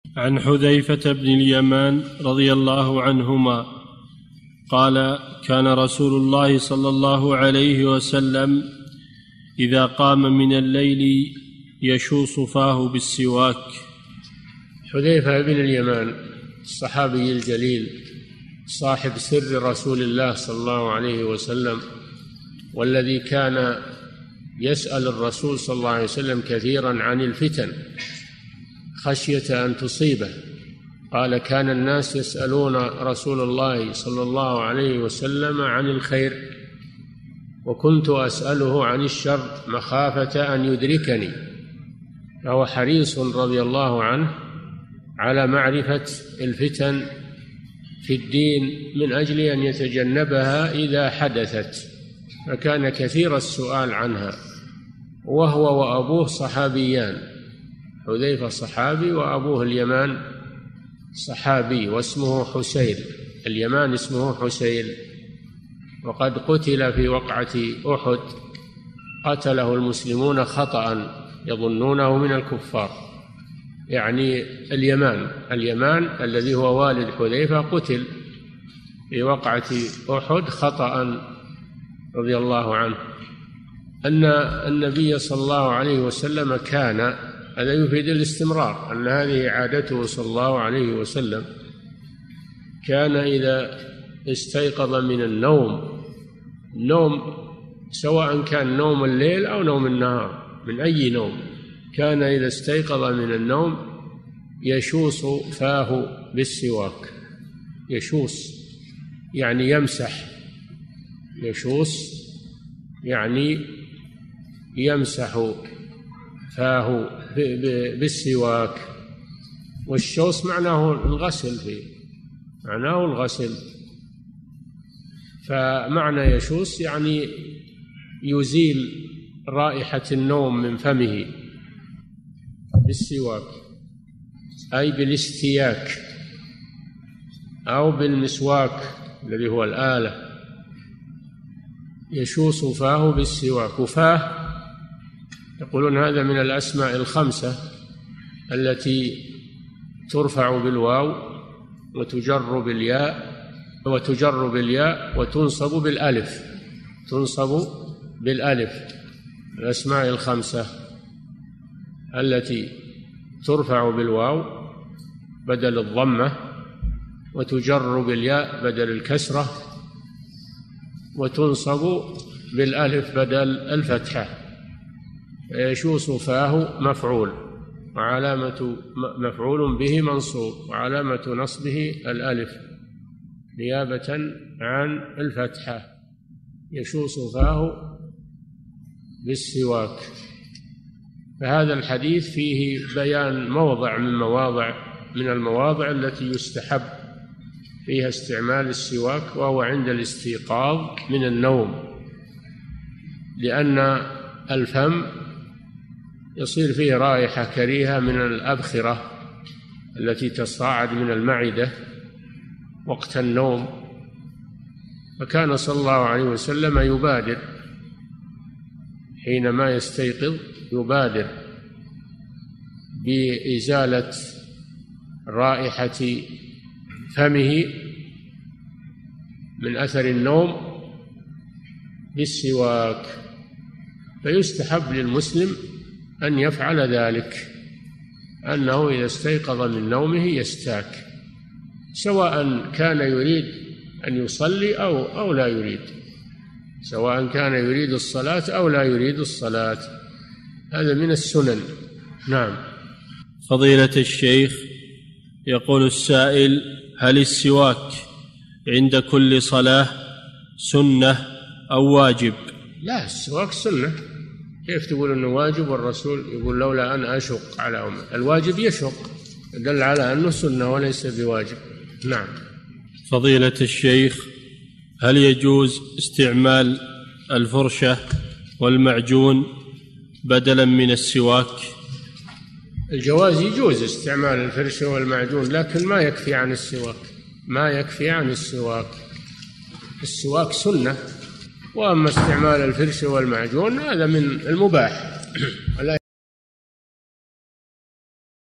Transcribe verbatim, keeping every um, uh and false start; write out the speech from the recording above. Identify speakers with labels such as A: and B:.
A: عن حذيفة بن اليمان رضي الله عنهما قال: كان رسول الله صلى الله عليه وسلم إذا قام من الليل يشوص فاه بالسواك.
B: حذيفة بن اليمان الصحابي الجليل صاحب سر رسول الله صلى الله عليه وسلم، والذي كان يسأل الرسول صلى الله عليه وسلم كثيرا عن الفتن خشية أن تصيبه. قال: كان الناس يسألون رسول الله صلى الله عليه وسلم عن الخير، وكنت أسأله عن الشر مخافة أن يدركني. فهو حريص رضي الله عنه على معرفة الفتن في الدين من أجل أن يتجنبها إذا حدثت، فكان كثير السؤال عنها. وهو وأبوه صحابيان، حذيفة صحابي وأبوه اليمان صحابي واسمه حسين. اليمان اسمه حسين، وقد قتل في وقعة أحد، قتله المسلمون خطأ يظنونه من الكفار، يعني اليمان اليمان الذي هو والد حذيفة قتل في وقعة أحد خطأ رضي الله عنه. أن النبي صلى الله عليه وسلم كان، هذا يفيد الاستمرار، أن هذه عادته صلى الله عليه وسلم، كان إذا استيقظ من النوم، النوم سواء كان نوم الليل أو نوم النهار، من أي نوم، كان إذا استيقظ من النوم يشوص فاه بالسواك. يشوص يعني يمسح، يشوص يعني يمسح فاه بالسواك. والشوص معناه الغسل، فيه معناه الغسل. فمعنى يشوص يعني يزيل رائحة النوم من فمه بالسواك، أي بالاستياك أو بالمسواك الذي هو الآلة. يشوص فاه بالسواك. وفاه يقولون هذا من الأسماء الخمسة التي ترفع بالواو وتجر بالياء وتجر بالياء وتنصب بالألف، تنصب بالألف. الأسماء الخمسة التي ترفع بالواو بدل الضمة، وتجر بالياء بدل الكسرة، وتنصب بالألف بدل الفتحة. يشوص فاه مفعول، وعلامة مفعول به منصوب، وعلامة نصبه الألف نيابة عن الفتحة. يشوص فاه بالسواك. فهذا الحديث فيه بيان موضع من مواضع من المواضع التي يستحب فيها استعمال السواك، وهو عند الاستيقاظ من النوم، لأن الفم يصير فيه رائحة كريهة من الأبخرة التي تصاعد من المعدة وقت النوم. فكان صلى الله عليه وسلم يبادر حينما يستيقظ، يبادر بإزالة رائحة فمه من أثر النوم بالسواك. فيستحب للمسلم أن يفعل ذلك، أنه إذا استيقظ من نومه يستاك، سواء كان يريد أن يصلي أو أو لا يريد، سواء كان يريد الصلاة أو لا يريد الصلاة. هذا من السنن. نعم.
A: فضيلة الشيخ، يقول السائل: هل السواك عند كل صلاة سنة أو واجب؟
B: لا، السواك سنة. كيف تقول أنه واجب والرسول يقول لولا أن أشق على أمة؟ الواجب يشق، دل على أنه سنة وليس بواجب. نعم.
A: فضيلة الشيخ، هل يجوز استعمال الفرشة والمعجون بدلا من السواك؟
B: الجواز يجوز استعمال الفرشة والمعجون، لكن ما يكفي عن السواك، ما يكفي عن السواك. السواك سنة، وأما استعمال الفرشة والمعجون هذا من المباح.